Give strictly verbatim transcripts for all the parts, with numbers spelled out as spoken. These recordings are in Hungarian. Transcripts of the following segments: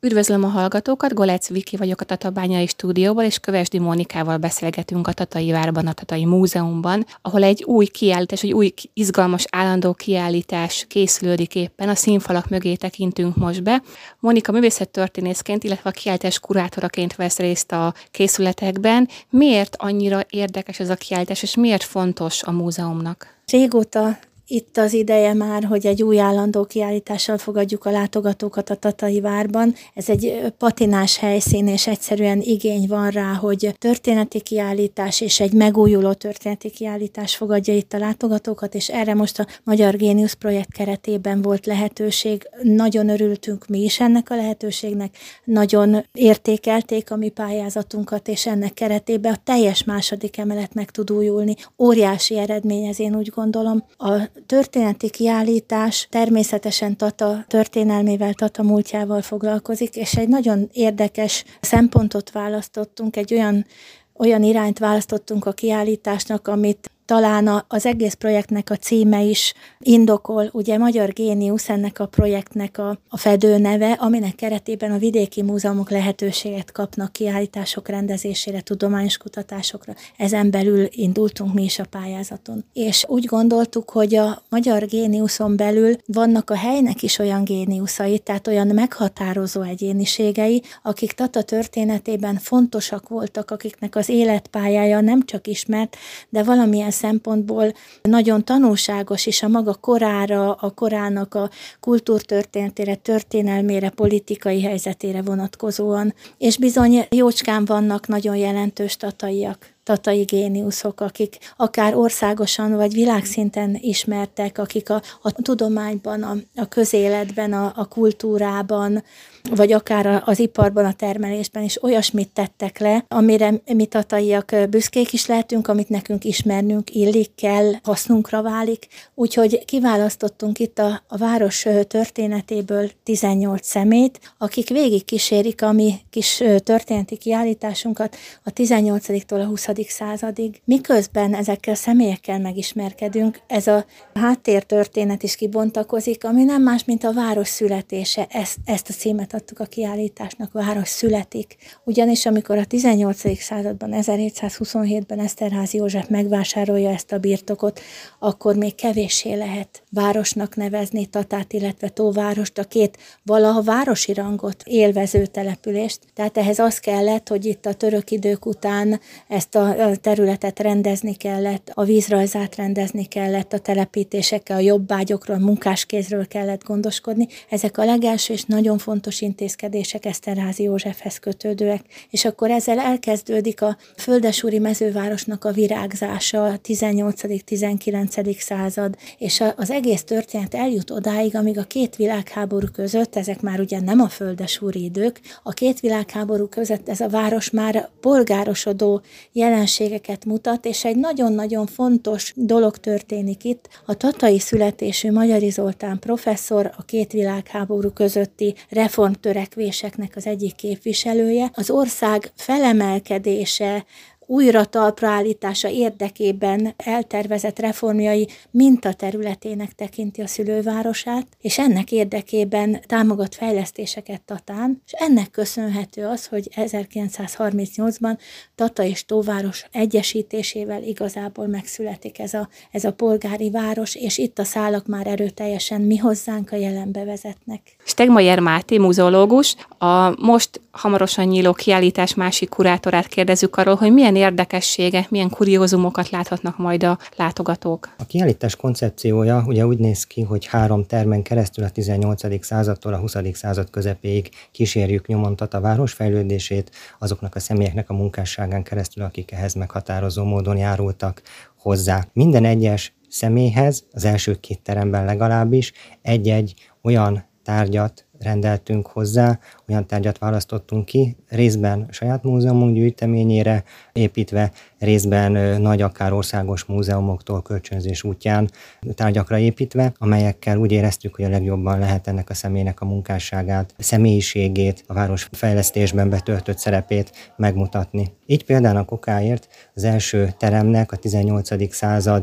Üdvözlöm a hallgatókat, Golec Viki vagyok a Tatabányai stúdióból, és Kövesdi Mónikával beszélgetünk a Tatai Várban, a Tatai Múzeumban, ahol egy új kiállítás, egy új izgalmas állandó kiállítás készülődik éppen, a színfalak mögé tekintünk most be. Mónika művészettörténészként, illetve a kiállítás kurátoraként vesz részt a készületekben. Miért annyira érdekes ez a kiállítás, és miért fontos a múzeumnak? Régóta itt az ideje már, hogy egy új állandó kiállítással fogadjuk a látogatókat a Tatai Várban. Ez egy patinás helyszín, és egyszerűen igény van rá, hogy történeti kiállítás és egy megújuló történeti kiállítás fogadja itt a látogatókat, és erre most a Magyar Géniusz projekt keretében volt lehetőség. Nagyon örültünk mi is ennek a lehetőségnek, nagyon értékelték a mi pályázatunkat, és ennek keretében a teljes második emelet meg tud újulni. Óriási eredmény ez, én úgy gondolom. A történeti kiállítás természetesen Tata történelmével, Tata múltjával foglalkozik, és egy nagyon érdekes szempontot választottunk, egy olyan, olyan irányt választottunk a kiállításnak, amit talán az egész projektnek a címe is indokol, ugye Magyar Géniusz ennek a projektnek a, a fedőneve, aminek keretében a vidéki múzeumok lehetőséget kapnak kiállítások rendezésére, tudományos kutatásokra. Ezen belül indultunk mi is a pályázaton. És úgy gondoltuk, hogy a Magyar Géniuszon belül vannak a helynek is olyan géniuszai, tehát olyan meghatározó egyéniségei, akik Tata történetében fontosak voltak, akiknek az életpályája nem csak ismert, de valamilyen szempontból nagyon tanulságos is a maga korára, a korának a kultúrtörténetére, történelmére, politikai helyzetére vonatkozóan. És bizony jócskán vannak nagyon jelentős tataiak, tatai géniuszok, akik akár országosan vagy világszinten ismertek, akik a, a tudományban, a, a közéletben, a, a kultúrában, vagy akár az iparban, a termelésben is olyasmit tettek le, amire mi tataiak büszkék is lehetünk, amit nekünk ismernünk illik, kell, hasznunkra válik. Úgyhogy kiválasztottunk itt a, a város történetéből tizennyolc szemét, akik végig kísérik a mi kis történeti kiállításunkat a tizennyolcadiktól a huszadik századig. Miközben ezekkel a személyekkel megismerkedünk, ez a háttértörténet is kibontakozik, ami nem más, mint a város születése. Ezt, ezt a címet adtuk a kiállításnak, város születik. Ugyanis amikor a tizennyolcadik században, ezerhétszázhuszonhétben Eszterházy József megvásárolja ezt a birtokot, akkor még kevéssé lehet városnak nevezni Tatát, illetve Tóvárost, a két valaha városi rangot élvező települést. Tehát ehhez az kellett, hogy itt a török idők után ezt a területet rendezni kellett, a vízrajzát rendezni kellett, a telepítésekkel, a jobbágyokról, a munkáskézről kellett gondoskodni. Ezek a legelső és nagyon fontos intézkedések Eszterházy Józsefhez kötődőek. És akkor ezzel elkezdődik a földesúri mezővárosnak a virágzása, a tizennyolcadik-tizenkilencedik század, és az egész történet eljut odáig, amíg a két világháború között, ezek már ugye nem a földesúri idők, a két világháború között ez a város már polgárosodó jelenségeket mutat, és egy nagyon-nagyon fontos dolog történik itt. A tatai születésű Magyari Zoltán professzor, a két világháború közötti reformtörekvéseknek az egyik képviselője, az ország felemelkedése, újra talpraállítása érdekében eltervezett reformjai mintaterületének tekinti a szülővárosát, és ennek érdekében támogat fejlesztéseket Tatán, és ennek köszönhető az, hogy ezerkilencszázharmincnyolcban Tata és Tóváros egyesítésével igazából megszületik ez a, ez a polgári város, és itt a szálak már erőteljesen mi hozzánk a jelenbe vezetnek. Stegmaier Máté, muzeológus, a most hamarosan nyíló kiállítás másik kurátorát kérdezzük arról, hogy milyen érdekességek, milyen kuriózumokat láthatnak majd a látogatók. A kiállítás koncepciója ugye úgy néz ki, hogy három termen keresztül a tizennyolcadik századtól a huszadik század közepéig kísérjük nyomon Tata város fejlődését, azoknak a személyeknek a munkásságán keresztül, akik ehhez meghatározó módon járultak hozzá. Minden egyes személyhez, az első két teremben legalábbis, egy-egy olyan tárgyat rendeltünk hozzá, olyan tárgyat választottunk ki, részben saját múzeumunk gyűjteményére építve, részben nagy, akár országos múzeumoktól kölcsönzés útján tárgyakra építve, amelyekkel úgy éreztük, hogy a legjobban lehet ennek a személynek a munkásságát, a személyiségét, a városfejlesztésben betöltött szerepét megmutatni. Így például a kokáért az első teremnek a tizennyolcadik század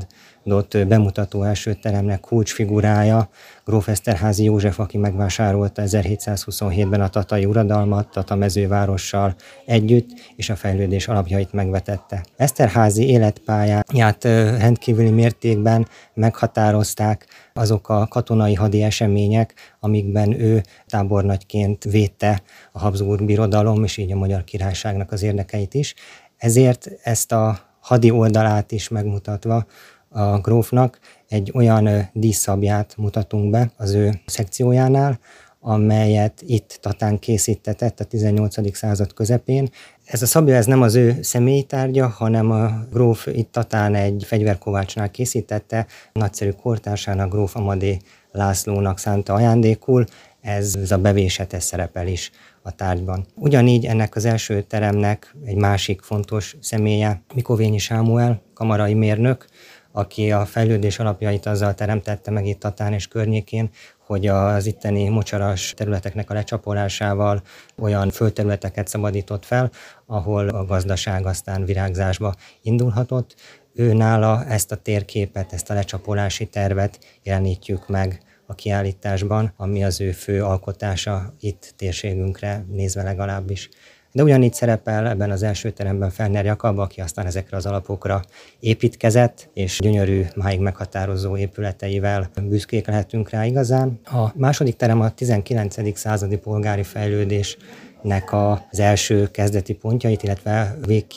bemutató első teremnek kulcsfigurája gróf Eszterházy József, aki megvásárolta ezerhétszázhuszonhétben a tatai uradalmat Tatamezővárossal együtt, és a fejlődés alapjait megvetette. Eszterházy életpályáját rendkívüli mértékben meghatározták azok a katonai hadi események, amikben ő tábornagyként védte a Habsburg Birodalom és így a Magyar Királyságnak az érdekeit is. Ezért ezt a hadi oldalát is megmutatva a grófnak egy olyan díszszabját mutatunk be az ő szekciójánál, amelyet itt Tatán készítetett a tizennyolcadik század közepén. Ez a szabja ez nem az ő személyi tárgya, hanem a gróf itt Tatán egy fegyverkovácsnál készítette, nagyszerű kortársának, gróf Amadé Lászlónak szánta ajándékul, ez, ez a bevésete szerepel is a tárgyban. Ugyanígy ennek az első teremnek egy másik fontos személye Mikovényi Sámuel, kamarai mérnök, aki a fejlődés alapjait azzal teremtette meg itt Tatán és környékén, hogy az itteni mocsaras területeknek a lecsapolásával olyan földterületeket szabadított fel, ahol a gazdaság aztán virágzásba indulhatott. Ő nála ezt a térképet, ezt a lecsapolási tervet jelenítjük meg a kiállításban, ami az ő fő alkotása itt térségünkre nézve legalábbis. De ugyanígy szerepel ebben az első teremben Fellner Jakab, aki aztán ezekre az alapokra építkezett, és gyönyörű, máig meghatározó épületeivel büszkék lehetünk rá igazán. A második terem a tizenkilencedik századi polgári fejlődésnek az első kezdeti pontjait, illetve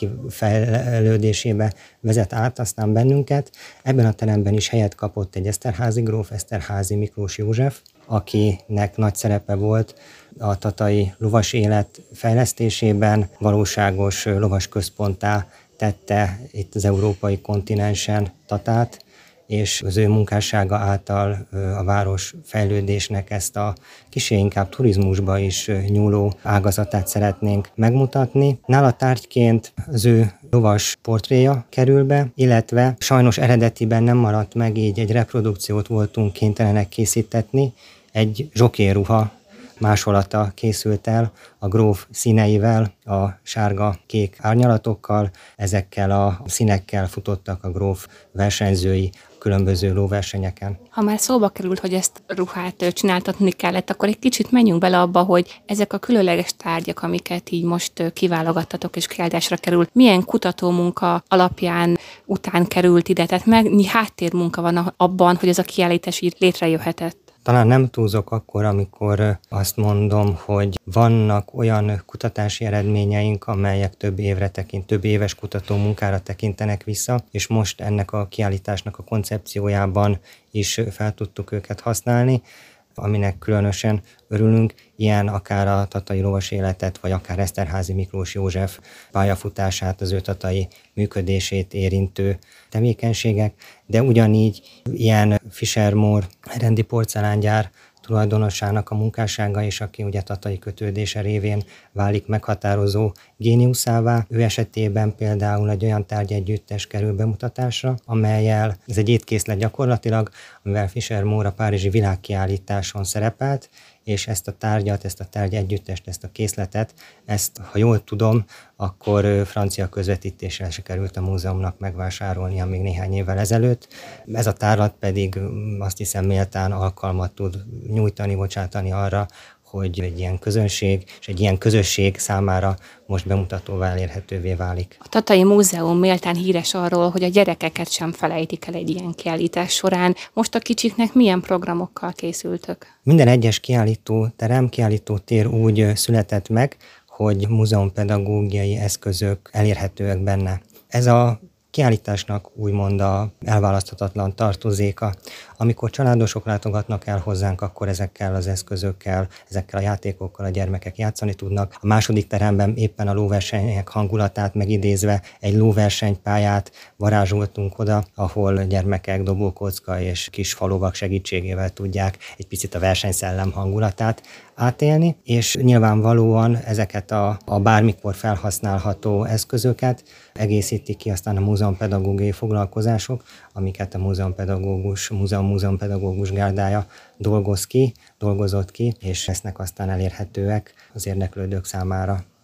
végkifejlődésébe vezet át aztán bennünket. Ebben a teremben is helyet kapott egy Eszterházy gróf, Eszterházy Miklós József, akinek nagy szerepe volt a tatai lovas élet fejlesztésében, valóságos lovas központtá tette itt az európai kontinensen Tatát, és az ő munkássága által a város fejlődésnek ezt a kissé inkább turizmusba is nyúló ágazatát szeretnénk megmutatni. Nála tárgyként az ő lovas portréja kerül be, illetve sajnos eredetiben nem maradt meg, így egy reprodukciót voltunk kénytelenek készítetni, egy zsokérruha másolata készült el a gróf színeivel, a sárga-kék árnyalatokkal, ezekkel a színekkel futottak a gróf versenyzői különböző lóversenyeken. Ha már szóba került, hogy ezt ruhát csináltatni kellett, akkor egy kicsit menjünk bele abba, hogy ezek a különleges tárgyak, amiket így most kiválogattatok és kiállításra került, milyen kutatómunka alapján után került ide, tehát mennyi háttérmunka van abban, hogy ez a kiállítás így létrejöhetett? Talán nem túlzok akkor, amikor azt mondom, hogy vannak olyan kutatási eredményeink, amelyek több évre tekint, több éves kutató munkára tekintenek vissza, és most ennek a kiállításnak a koncepciójában is fel tudtuk őket használni, aminek különösen örülünk, ilyen akár a tatai lovas életet, vagy akár Eszterházy Miklós József pályafutását, az ő tatai működését érintő tevékenységek, de ugyanígy ilyen Fischer-Mohr rendi porcelángyár tulajdonosának a munkássága is, aki ugye tatai kötődése révén válik meghatározó géniuszává. Ő esetében például egy olyan tárgyegyüttes kerül bemutatásra, amellyel, ez egy étkészlet gyakorlatilag, amivel Fischer-Mohr a párizsi világkiállításon szerepelt, és ezt a tárgyat, ezt a tárgyegyüttest, ezt a készletet, ezt, ha jól tudom, akkor francia közvetítéssel se került a múzeumnak megvásárolnia még néhány évvel ezelőtt. Ez a tárlat pedig azt hiszem méltán alkalmat tud nyújtani, bocsátani arra, hogy egy ilyen közönség és egy ilyen közösség számára most bemutatóvá elérhetővé válik. A Tatai Múzeum méltán híres arról, hogy a gyerekeket sem felejtik el egy ilyen kiállítás során. Most a kicsiknek milyen programokkal készültök? Minden egyes kiállítóterem, kiállítótér úgy született meg, hogy múzeumpedagógiai eszközök elérhetőek benne. Ez a kiállításnak úgymond a elválaszthatatlan tartozéka. Amikor családosok látogatnak el hozzánk, akkor ezekkel az eszközökkel, ezekkel a játékokkal a gyermekek játszani tudnak. A második teremben éppen a lóversenyek hangulatát megidézve egy lóversenypályát varázsoltunk oda, ahol gyermekek dobókocka és kis falovak segítségével tudják egy picit a versenyszellem hangulatát átélni, és nyilvánvalóan ezeket a, a bármikor felhasználható eszközöket egészíti ki aztán a múzeumpedagógiai foglalkozások, amiket a múzeumpedagógus, múzeum múzeumpedagógus gárdája dolgoz ki, dolgozott ki, és lesznek aztán elérhetőek az érdeklődők számára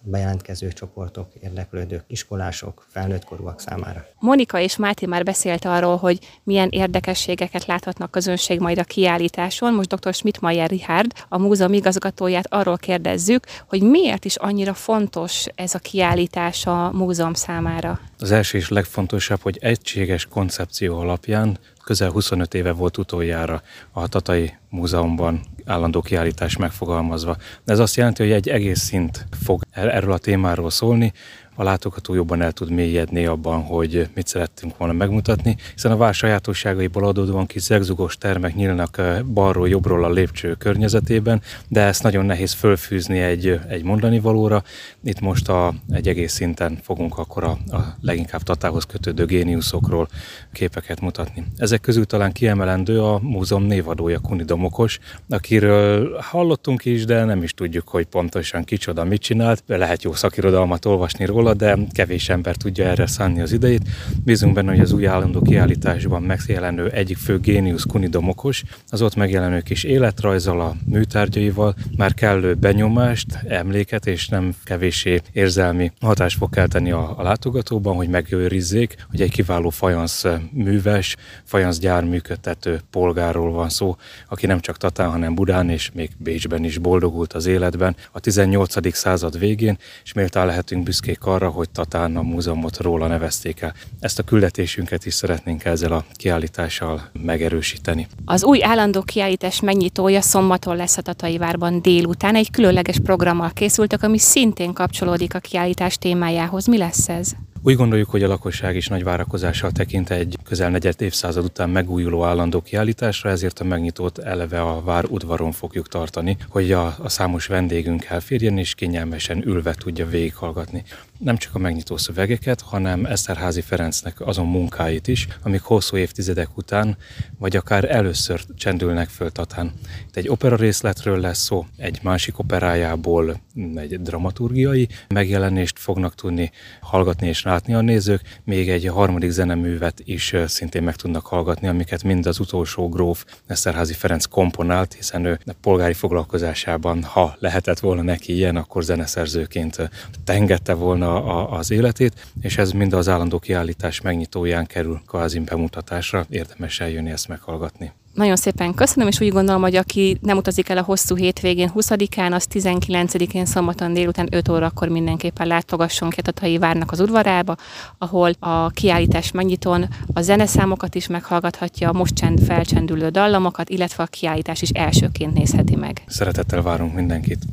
bejelentkező csoportok, érdeklődők, iskolások, felnőttkorúak számára. Monika és Máté már beszélt arról, hogy milyen érdekességeket láthatnak közönség majd a kiállításon. Most dr. Schmidtmeyer Richard, a múzeum igazgatóját arról kérdezzük, hogy miért is annyira fontos ez a kiállítás a múzeum számára. Az első és legfontosabb, hogy egységes koncepció alapján közel huszonöt éve volt utoljára a Tatai Múzeumban állandó kiállítás megfogalmazva. Ez azt jelenti, hogy egy egész szint fog erről a témáról szólni, a látogató jobban el tud mélyedni abban, hogy mit szerettünk volna megmutatni, hiszen a vár sajátosságaiból adódóan kis zegzugos termek nyílnak balról jobbról a lépcső környezetében, de ezt nagyon nehéz fölfűzni egy, egy mondani valóra. Itt most a, egy egész szinten fogunk akkor a, a leginkább Tatához kötődő géniuszokról képeket mutatni. Ezek közül talán kiemelendő a múzeum névadója, Kuni Domokos, akiről hallottunk is, de nem is tudjuk, hogy pontosan kicsoda mit csinált. Lehet jó szakirodalmat olvasni róla, de kevés ember tudja erre szánni az idejét. Bízunk benne, hogy az új állandó kiállításban megjelenő egyik fő géniusz, Kuni Domokos, az ott megjelenő kis életrajzzal, a műtárgyaival már kellő benyomást, emléket és nem kevéssé érzelmi hatást fog kelteni a, a látogatóban, hogy megőrizzék, hogy egy kiváló fajansz műves, fajanszgyár működtető polgárról van szó, aki nem csak Tatán, hanem Budán és még Bécsben is boldogult az életben a tizennyolcadik század végén, és méltán lehetünk büszkék arra, hogy Tatán a múzeumot róla nevezték el. Ezt a küldetésünket is szeretnénk ezzel a kiállítással megerősíteni. Az új állandó kiállítás megnyitója szombaton lesz a Tatai várban délután. Egy különleges programmal készültek, ami szintén kapcsolódik a kiállítás témájához. Mi lesz ez? Úgy gondoljuk, hogy a lakosság is nagy várakozással tekint egy közel negyed évszázad után megújuló állandó kiállításra, ezért a megnyitót eleve a vár udvaron fogjuk tartani, hogy a, a számos vendégünk elférjen és kényelmesen ülve tudja végighallgatni. Nem csak a megnyitó szövegeket, hanem Eszterházy Ferencnek azon munkáit is, amik hosszú évtizedek után, vagy akár először csendülnek föl Tatán. Itt egy opera részletről lesz szó, egy másik operájából egy dramaturgiai megjelenést fognak tudni hallgatni és látni a nézők, még egy harmadik zeneművet is szintén meg tudnak hallgatni, amiket mind az utolsó gróf Eszterházy Ferenc komponált, hiszen ő a polgári foglalkozásában, ha lehetett volna neki ilyen, akkor zeneszerzőként tengette volna a, az életét, és ez mind az állandó kiállítás megnyitóján kerül kvázi bemutatásra, érdemes eljönni ezt meghallgatni. Nagyon szépen köszönöm, és úgy gondolom, hogy aki nem utazik el a hosszú hétvégén huszadikán, az tizenkilencedikén szombaton délután öt órakor mindenképpen látogasson ki a Tatai várnak az udvarába, ahol a kiállítás megnyitón a zeneszámokat is meghallgathatja, a most csend felcsendülő dallamokat, illetve a kiállítás is elsőként nézheti meg. Szeretettel várunk mindenkit!